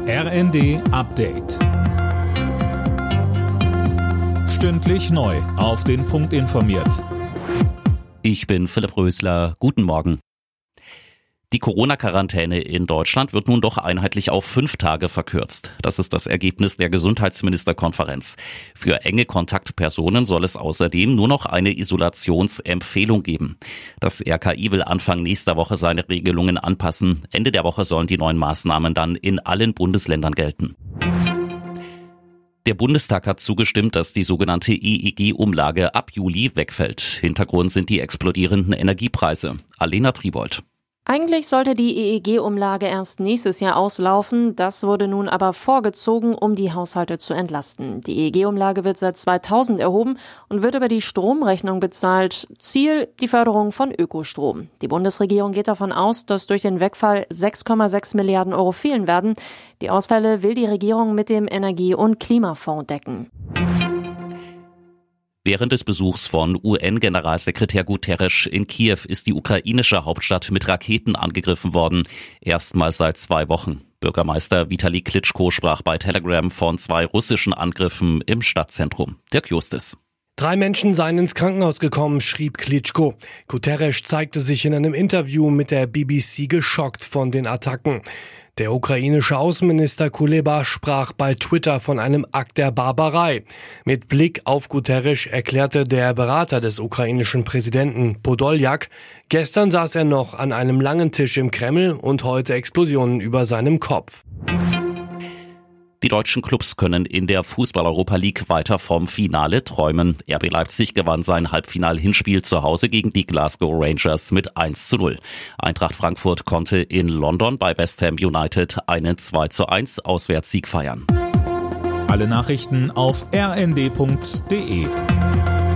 RND Update. Stündlich neu auf den Punkt informiert. Ich bin Philipp Rösler. Guten Morgen. Die Corona-Quarantäne in Deutschland wird nun doch einheitlich auf 5 Tage verkürzt. Das ist das Ergebnis der Gesundheitsministerkonferenz. Für enge Kontaktpersonen soll es außerdem nur noch eine Isolationsempfehlung geben. Das RKI will Anfang nächster Woche seine Regelungen anpassen. Ende der Woche sollen die neuen Maßnahmen dann in allen Bundesländern gelten. Der Bundestag hat zugestimmt, dass die sogenannte EEG-Umlage ab Juli wegfällt. Hintergrund sind die explodierenden Energiepreise. Alena Tribold. Eigentlich sollte die EEG-Umlage erst nächstes Jahr auslaufen. Das wurde nun aber vorgezogen, um die Haushalte zu entlasten. Die EEG-Umlage wird seit 2000 erhoben und wird über die Stromrechnung bezahlt. Ziel, die Förderung von Ökostrom. Die Bundesregierung geht davon aus, dass durch den Wegfall 6,6 Milliarden Euro fehlen werden. Die Ausfälle will die Regierung mit dem Energie- und Klimafonds decken. Während des Besuchs von UN-Generalsekretär Guterres in Kiew ist die ukrainische Hauptstadt mit Raketen angegriffen worden. Erstmals seit 2 Wochen. Bürgermeister Vitali Klitschko sprach bei Telegram von 2 russischen Angriffen im Stadtzentrum. Dirk Justis. 3 Menschen seien ins Krankenhaus gekommen, schrieb Klitschko. Guterres zeigte sich in einem Interview mit der BBC geschockt von den Attacken. Der ukrainische Außenminister Kuleba sprach bei Twitter von einem Akt der Barbarei. Mit Blick auf Guterres erklärte der Berater des ukrainischen Präsidenten Podoljak, gestern saß er noch an einem langen Tisch im Kreml und heute Explosionen über seinem Kopf. Die deutschen Clubs können in der Fußball-Europa League weiter vom Finale träumen. RB Leipzig gewann sein Halbfinal-Hinspiel zu Hause gegen die Glasgow Rangers mit 1:0. Eintracht Frankfurt konnte in London bei West Ham United einen 2:1 Auswärtssieg feiern. Alle Nachrichten auf rnd.de.